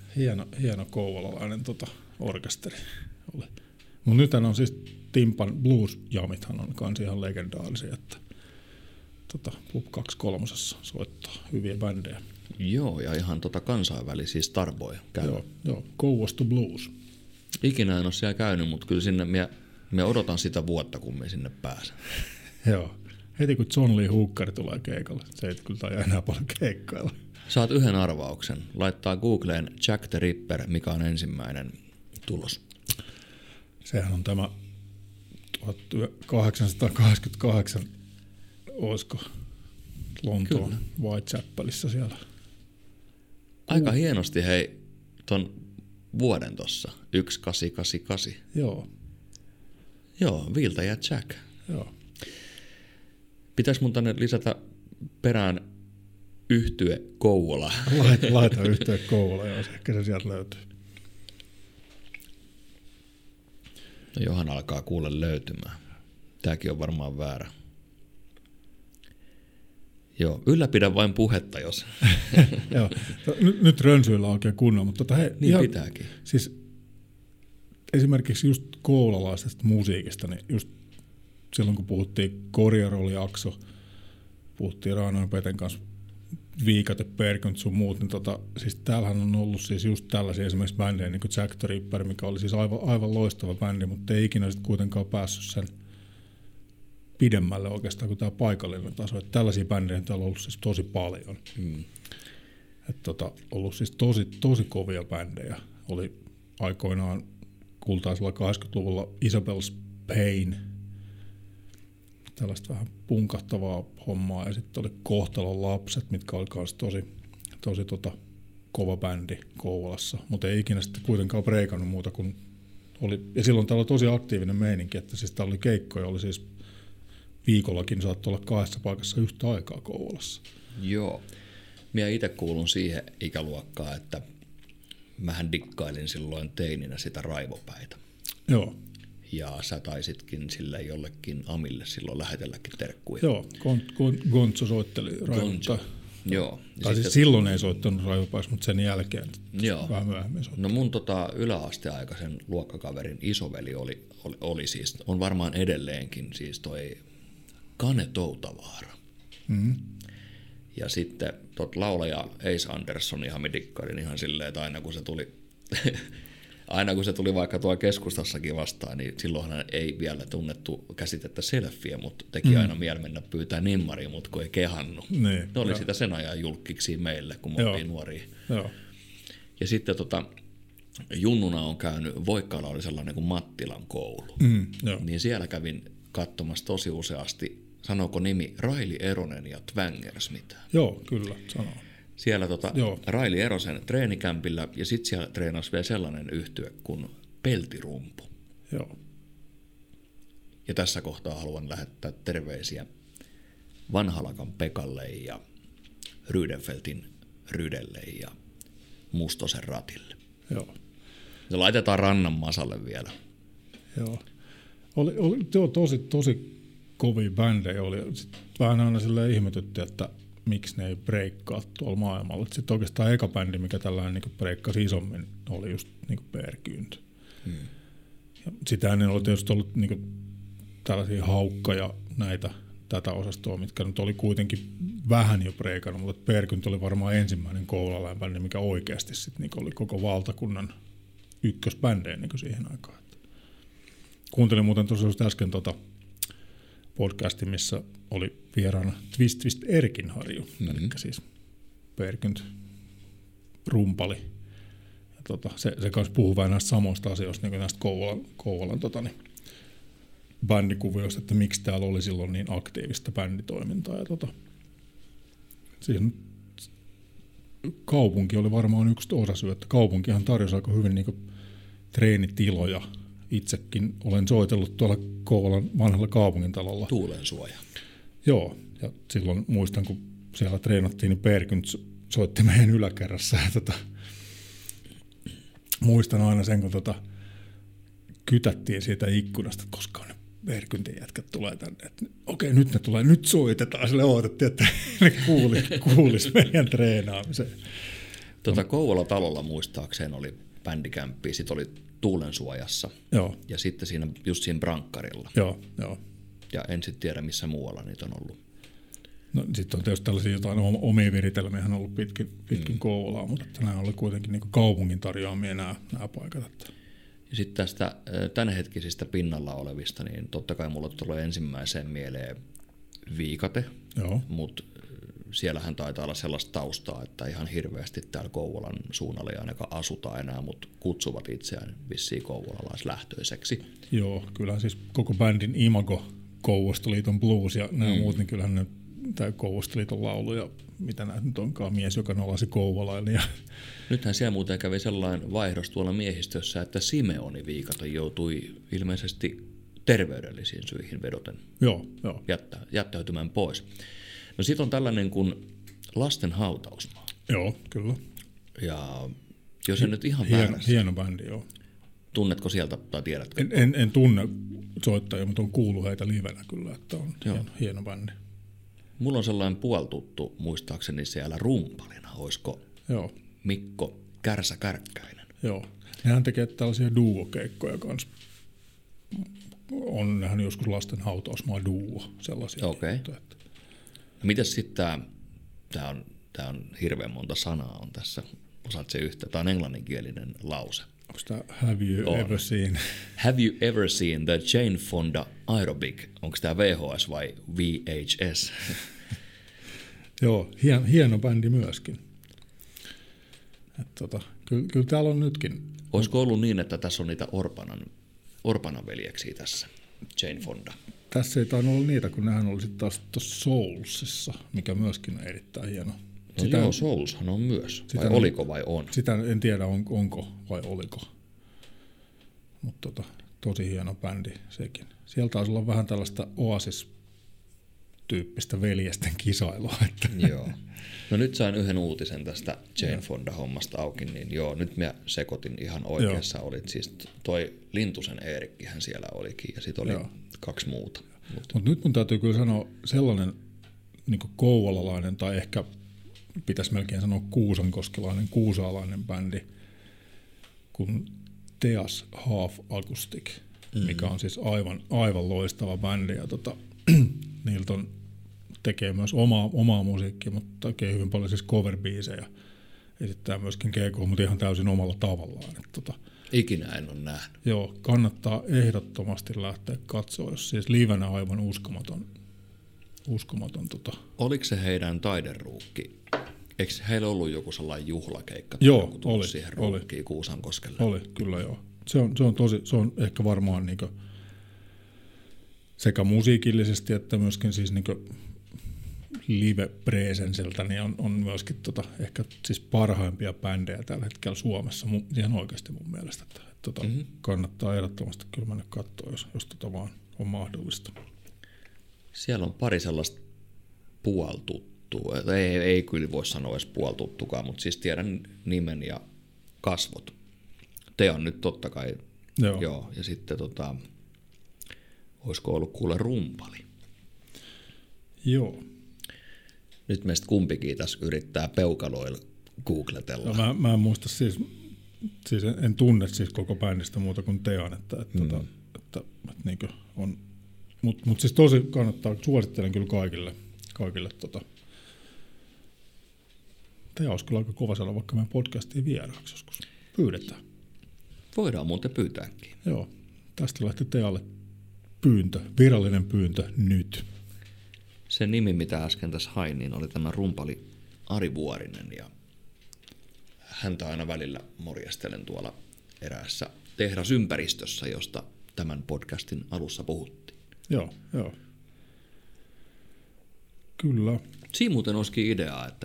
B: hieno kouvolalainen orkesteri oli. Mutta nythän on siis Timpan blues-jamithan on kans ihan legendaarisia, että Pub 23 soittaa hyviä bändejä.
A: Joo, ja ihan kansainvälisiä starboja käy.
B: Joo, Kouvo's to Blues.
A: Ikinä en ole siellä käynyt, mutta kyllä sinne me odotan sitä vuotta, kun me sinne pääsen.
B: Joo, heti kun John Lee Hooker tulee keikalle, se ei kyllä taida enää paljon keikkailla.
A: Saat yhden arvauksen. Laittaa Googleen Jack the Ripper, mikä on ensimmäinen tulos.
B: Sehän on tämä 1888, olisiko Lontoon Whitechapelissa siellä.
A: Aika hienosti hei ton vuoden tossa, 1888. Joo, Vilta ja Jack.
B: Joo.
A: Pitäis mun tänne lisätä perään yhtye Kouvola.
B: Laita yhtye Kouvola, joo, ehkä se sieltä löytyy.
A: No johan alkaa kuule löytymään. Tääkin on varmaan väärä. Joo, ylläpidä vain puhetta, jos.
B: Joo, nyt rönsyillä oikein kunnolla, mutta hei.
A: Niin ihan, pitääkin.
B: Siis esimerkiksi just kouvolalaisesta musiikista, niin just silloin kun puhuttiin Korjaroli-jakso, puhuttiin Raanoin Peten kanssa Viikate, Perkynt sun muut, niin siis täällähän on ollut siis just tällaisia esimerkiksi bändejä, niin kuin Jack the Ripper, mikä oli siis aivan loistava bändi, mutta ei ikinä sitten kuitenkaan päässyt sen pidemmälle oikeastaan kuin tämä paikallinen taso. Että tällaisia bändejä täällä on ollut siis tosi paljon. Että ollut siis tosi kovia bändejä. Oli aikoinaan kultaisella 80-luvulla Isabel's Pain, tällaista vähän punkahtavaa hommaa, ja sitten oli Kohtalon lapset, mitkä oli myös tosi kova bändi Kouvolassa, mutta ei ikinä sitten kuitenkaan breikannut muuta kuin oli, ja silloin täällä oli tosi aktiivinen meininki, että siis täällä oli keikkoja, oli siis viikollakin saattoi olla 2 paikassa yhtä aikaa Kouvolassa.
A: Joo, minä itse kuulun siihen ikäluokkaan, että mähän dikkailin silloin teininä sitä Raivopäitä.
B: Joo.
A: Ja sä taisitkin sille jollekin Amille silloin lähetelläkin terkkuja.
B: Joo, Gonzo soitteli Raivopäitä.
A: Joo.
B: Tai siis silloin ei soittanut Raivopäissä, mutta sen jälkeen vähän myöhemmin soitteli.
A: No mun yläasteaikaisen luokkakaverin isoveli oli siis, on varmaan edelleenkin siis toi Kane Toutavaara.
B: Mm-hmm.
A: Ja sitten laulaja Ace Anderson ihan dikkailin ihan silleen, että aina kun se tuli vaikka tuolla keskustassakin vastaan, niin silloinhan ei vielä tunnettu käsitettä selfieä, mutta teki aina mieli mennä pyytää nimmaria, mutta kun ei kehannut.
B: Niin,
A: ne oli sitä sen ajan julkkiksi meille, kun me oltiin nuoria.
B: Joo.
A: Ja sitten junnuna on käynyt, Voikkaalla oli sellainen kuin Mattilan koulu. Niin siellä kävin katsomassa tosi useasti, sanooko nimi Raili Eronen ja Twangers mitään?
B: Joo, kyllä, sanoo.
A: Siellä Raili Erosen treenikämpillä, ja sitten siellä treenasi vielä sellainen yhtye kuin Peltirumpu.
B: Joo.
A: Ja tässä kohtaa haluan lähettää terveisiä Vanhalakan Pekalle ja Rydenfeltin Rydelle ja Mustosen Ratille.
B: Joo.
A: Ja laitetaan Rannan Masalle vielä.
B: Joo. Oli tosi kovia bändejä. Sitten vähän aina silleen ihmetytti, että miksi ne ei breikkaa tuolla maailmalla. Sitten oikeastaan eka bändi, mikä tällainen niin breikkasi isommin, oli just niin Perkynt. Sitä ennen oli tietysti ollut niin tällaisia Haukka ja tätä osastoa, mitkä nyt oli kuitenkin vähän jo breikannut, mutta Perkynt oli varmaan ensimmäinen koulalainen bändi, mikä oikeasti sitten niin oli koko valtakunnan ykkösbändejä niin siihen aikaan. Kuuntelin muuten tosiaan äsken podcastin, missä oli vieraana Twist Erkinharju, eli siis Perkynt rumpali. Ja se kanssa puhuu vähän näistä samoista asioista, niin kuin näistä Kouvolan bändikuvioista, että miksi täällä oli silloin niin aktiivista bänditoimintaa. Ja siihen kaupunki oli varmaan yksi osasyy, että kaupunkihan tarjosi aika hyvin niin treenitiloja. Itsekin olen soitellut tuolla Kouvolan vanhalla kaupungintalolla.
A: Tuulensuoja.
B: Joo, ja silloin muistan, kun siellä treenattiin, niin Perkynt soitti meidän yläkerrassa. Ja muistan aina sen, kun kytättiin siitä ikkunasta, että koskaan ne Perkyntin jätkät tulee tänne. Että okei, nyt ne tulee, nyt soitetaan. Sille odotettiin, että ne kuulisi meidän treenaamiseen.
A: Kouvola-talolla muistaakseen oli bändikämppiä, sit oli Tuulensuojassa.
B: Joo.
A: Ja sitten just siinä Brankkarilla.
B: Joo.
A: Ja en sitten tiedä, missä muualla niitä on ollut.
B: No sitten on tietysti tällaisia jotain omia viritelmiä on ollut pitkin Kouvolaa, mutta että nämä oli kuitenkin niin kaupungin tarjoamia nämä paikat. Että.
A: Ja sitten tästä tämänhetkisistä pinnalla olevista, niin totta kai mulle tulee ensimmäiseen mieleen Viikate, mutta siellähän taitaa olla sellaista taustaa, että ihan hirveästi täällä Kouvolan suunnalla ei ainakaan asuta enää, mutta kutsuvat itseään vissiin kouvolalaislähtöiseksi.
B: Joo, kyllähän siis koko bändin imago Kouvostoliiton blues ja nämä muut, niin kyllähän ne tämä Kouvostoliiton laulu ja mitä näitä nyt onkaan, mies, joka nolasi Kouvolaan. Ja.
A: Nythän siellä muuten kävi sellainen vaihdos tuolla miehistössä, että Simeoni Viikate joutui ilmeisesti terveydellisiin syihin vedoten jättäytymään pois. No sit on tällainen kuin Lasten hautausmaa.
B: Joo, kyllä.
A: Ja jos en nyt ihan
B: hieno bändi, joo.
A: Tunnetko sieltä tai tiedätkö?
B: En tunne soittajia, mutta on kuullut heitä livenä kyllä, että on hieno bändi.
A: Mulla on sellainen puoltuttu, muistaakseni siellä rumpalina, olisiko Mikko Kärsä-Kärkkäinen.
B: Joo, nehän tekee tällaisia duo-keikkoja kanssa. On nähnyt joskus Lasten hautausmaa duo, sellaisia.
A: Okei. Mitäs sitten tämä on hirveän monta sanaa on tässä, osaat se yhtä, tämä on englanninkielinen lause.
B: Onko tämä Have you ever seen?
A: Have you ever seen the Jane Fonda Aerobic? Onko tämä VHS vai VHS?
B: Joo, hieno bändi myöskin. Kyllä täällä on nytkin.
A: Olisiko ollut niin, että tässä on niitä Orpanan veljeksiä tässä, Jane Fonda?
B: Tässä ei tainnut olla niitä, kun nehän oli sitten taas Soulsissa, mikä myöskin on erittäin hieno.
A: Soulshan on myös. Vai oliko vai on?
B: Sitä en tiedä, onko vai oliko. Mutta tosi hieno bändi sekin. Sieltä taisi olla vähän tällaista Oasis-tyyppistä veljesten kisailua. Että.
A: Joo. No nyt sain yhden uutisen tästä Jane Fonda-hommasta auki, niin nyt mä sekoitin ihan oikeassa. Olit siis toi Lintusen Eerikkihän siellä olikin ja sitten oli kaksi muuta.
B: Mutta nyt mun täytyy kyllä sanoa sellainen niin kouvolalainen tai ehkä pitäisi melkein sanoa kuusankoskelainen, kuusaalainen bändi kuin Teas Half Acoustic, mikä on siis aivan loistava bändi. Ja niiltä tekee myös omaa musiikkia, mutta tekee hyvin paljon siis cover-biisejä. Esittää myöskin keikoa, mutta ihan täysin omalla tavallaan.
A: Ikinä en ole nähnyt.
B: Joo, kannattaa ehdottomasti lähteä katsoa, jos siis livenä aivan uskomaton.
A: Oliko se heidän taideruukki? Eikö heillä ollut joku sellainen juhlakeikka?
B: Joo, oli.
A: Siihen ruukkiin Kuusankoskelle?
B: Oli, kyllä joo. Se on ehkä varmaan niinku sekä musiikillisesti että myöskin siis niinku live-presenseltä niin on myöskin ehkä siis parhaimpia bändejä tällä hetkellä Suomessa, ihan oikeasti mun mielestä. Kannattaa ehdottomasti kyllä mennä katsoa, jos vaan on mahdollista.
A: Siellä on pari sellaista puoltuttua, ei kyllä voi sanoa edes puoltuttukaan, mutta siis tiedän nimen ja kasvot. Te on nyt totta kai, joo ja sitten olisiko ollut kuule rumpali?
B: Joo.
A: Nyt meistä kumpikin tässä yrittää peukaloilla googletella.
B: No, mä en muista siis en tunne siis koko bändistä muuta kuin Tean, että niinkö on. Mut siis tosi kannattaa, suosittelen kyllä kaikille Tea olisi kyllä aika kova saada vaikka meidän podcastiin vieraaksi joskus. Pyydetään.
A: Voidaan muuten pyytääkin.
B: Joo, tästä lähti Tealle virallinen pyyntö nyt.
A: Se nimi, mitä äsken tässä hain, niin oli tämä rumpali Ari Vuorinen, ja häntä aina välillä morjestelen tuolla eräässä tehdasympäristössä, josta tämän podcastin alussa puhuttiin.
B: Joo. Kyllä.
A: Siinä muuten olisikin idea, että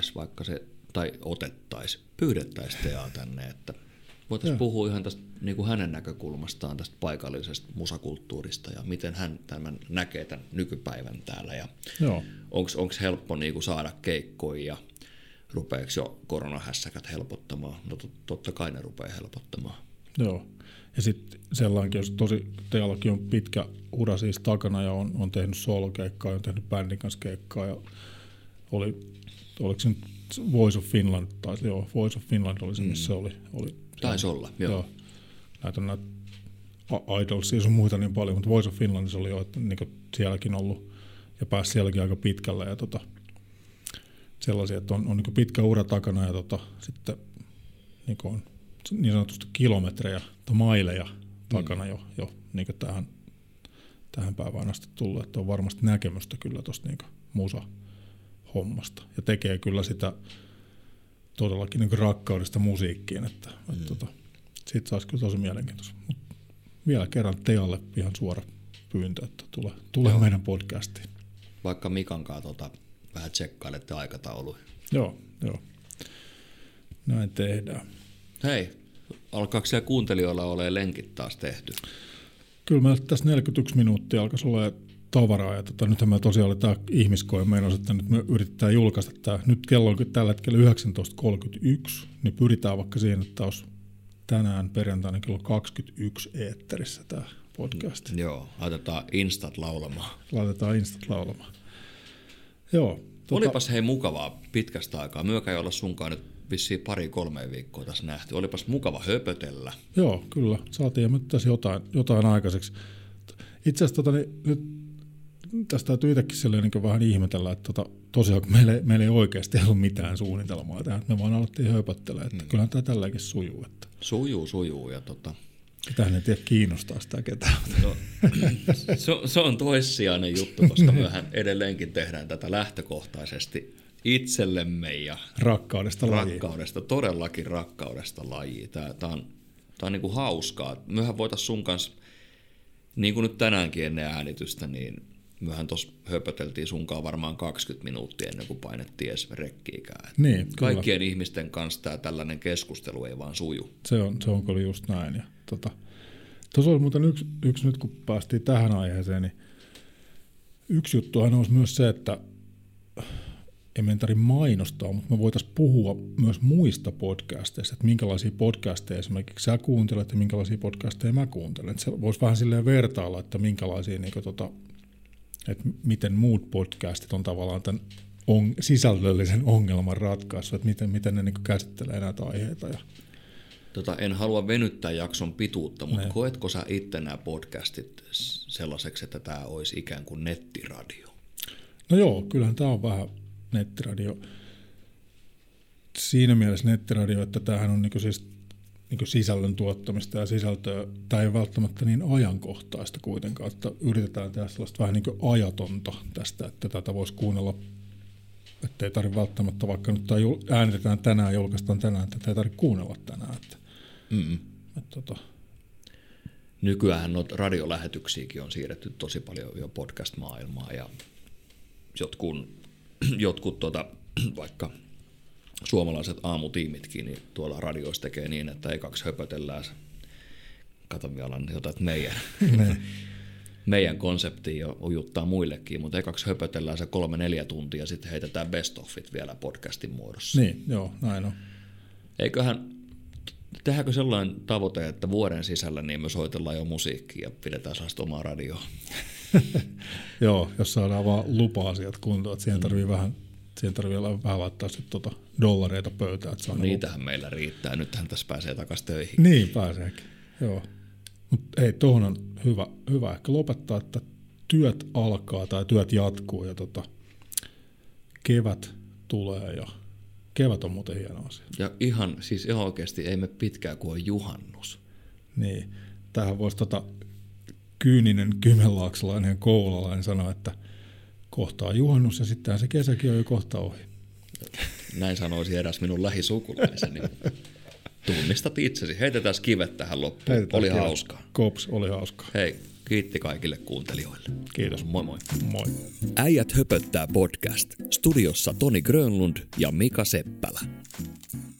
A: pyydettäisiin Teaa tänne, että voitaisiin puhua ihan tästä niin kuin hänen näkökulmastaan tästä paikallisesta musakulttuurista ja miten hän tämän näkee tämän nykypäivän täällä. Ja onko helppo niin kuin saada keikkoja ja rupeeko jo koronahässäkät helpottamaan? No totta kai ne rupeaa helpottamaan.
B: Joo. Ja sitten sellainenkin, jos Teallakin on pitkä ura siis takana ja on tehnyt solokeikkaa, on tehnyt bändin kanssa keikkaa ja oliko se nyt Voice of Finland, Voice of Finland oli se, missä oli
A: taisi olla, joo.
B: Näitä on näitä Idolsia ja sun muita niin paljon, mutta Voice of Finlandissa oli jo, että niin sielläkin ollut ja pääsi sielläkin aika pitkälle ja sellaisia, että on niin pitkä ura takana ja sitten niin on niin sanotusti kilometrejä tai maileja takana jo niin tähän päivään asti tullut, että on varmasti näkemystä kyllä tuosta niin musa-hommasta ja tekee kyllä sitä todellakin niin rakkaudesta musiikkiin, että siitä saisi kyllä tosi mielenkiintoista. Vielä kerran Tealle ihan suora pyyntö, että tule meidän podcastiin.
A: Vaikka Mikan kanssa vähän tsekkailette aikatauluja.
B: Joo. Näin tehdään.
A: Hei, alkaako siellä kuuntelijoilla olemaan lenkit taas tehty?
B: Kyllä meillä tässä 41 minuuttia alkaisi olla tavaraa. Ja nythän me tosiaan oli tämä ihmiskoe meinas, että nyt me yritetään julkaista tämä. Nyt kello on tällä hetkellä 19.31, niin pyritään vaikka siihen, että olisi tänään perjantaina kello 21 eetterissä tämä podcast.
A: Joo, laitetaan Instat laulamaan.
B: Joo.
A: Olipas hei mukavaa pitkästä aikaa. Myökä ei olla sunkaan nyt vissiin 2-3 viikkoa tässä nähty. Olipas mukava höpötellä.
B: Joo, kyllä. Saatiin nyt tässä jotain aikaiseksi. Itse asiassa nyt tästä täytyy itsekin niin vähän ihmetellä, että tosiaan meillä ei oikeasti ollut mitään suunnitelmaa tähän. Me vaan alettiin höpöttelemään, että kyllähän tämä tälläkin sujuu. Että
A: Sujuu ja
B: Ketään ei tiedä kiinnostaa sitä ketään.
A: No, se on toissijainen juttu, koska mehän edelleenkin tehdään tätä lähtökohtaisesti itsellemme ja rakkaudesta, todellakin rakkaudesta lajiin. Tämä on niin kuin hauskaa. Mehän voitaisiin sun kanssa, niin kuin nyt tänäänkin ennen äänitystä, niin mehän tuossa höpöteltiin sunkaan varmaan 20 minuuttia ennen kuin painettiin edes rekkiikään.
B: Niin,
A: kaikkien ihmisten kanssa tämä tällainen keskustelu ei vaan suju.
B: Se on kyllä just näin. Ja tuossa oli muuten yksi nyt, kun päästiin tähän aiheeseen, niin yksi juttuhan olisi myös se, että ei meidän tarvitse mainostaa, mutta me voitaisiin puhua myös muista podcasteista, että minkälaisia podcasteja esimerkiksi sä kuuntelet ja minkälaisia podcasteja mä kuuntelen. Että se voisi vähän silleen vertailla, että minkälaisia, niin kuin että miten muut podcastit on tavallaan tämän sisällöllisen ongelman ratkaisu, että miten ne niin kuin käsittelee näitä aiheita. Ja
A: en halua venyttää jakson pituutta, mutta koetko sä itse nämä podcastit sellaiseksi, että tämä olisi ikään kuin nettiradio?
B: No joo, kyllähän tämä on vähän nettiradio. Siinä mielessä nettiradio, että tämähän on siis sisällön tuottamista ja sisältöä. Tämä ei välttämättä niin ajankohtaista kuitenkaan, että yritetään tehdä sellaista vähän niin kuin ajatonta tästä, että tätä voisi kuunnella, että ei tarvitse välttämättä, vaikka nyt äänitetään tänään, julkaistaan tänään, että tätä ei tarvitse kuunnella tänään.
A: Nykyään noita radiolähetyksiäkin on siirretty tosi paljon jo podcast-maailmaan ja jotkut vaikka suomalaiset aamutiimitkin niin tuolla radioissa tekee niin, että ekaksi höpötellään. Kato vielä jotain, että meidän konsepti ujuttaa muillekin, mutta ekaksi höpötellään se 3-4 tuntia ja sitten heitetään best ofit vielä podcastin muodossa.
B: Niin, joo, näin on.
A: Tehdäänkö sellainen tavoite, että vuoden sisällä niin me soitellaan jo musiikkia ja pidetään sellaista omaa radioa?
B: Joo, jos saadaan vaan lupa-asiat kuntoon, että siihen tarvii vähän laittaa sitten dollareita pöytään.
A: No niitähän meillä riittää, nythän tässä pääsee takaisin töihin.
B: Niin, pääseekin, joo. Mutta ei, tuohon on hyvä ehkä lopettaa, että työt alkaa tai työt jatkuu ja kevät tulee ja kevät on muuten hieno asia.
A: Ja ihan oikeasti ei me pitkään kuin on juhannus.
B: Niin, tähän voisi kyyninen kymenlaaksolainen koululainen sanoa, että kohtaa juhannus ja sittenhän se kesäkin on jo kohta ohi.
A: Näin sanoisi eräs minun lähisukulaiseni. Tunnistat itsesi. Heitetään kivet tähän loppuun. Oli hauskaa.
B: Kops, oli hauskaa.
A: Hei, kiitti kaikille kuuntelijoille.
B: Kiitos.
A: Moi moi.
B: Moi.
A: Äijät höpöttää podcast. Studiossa Toni Grönlund ja Mika Seppälä.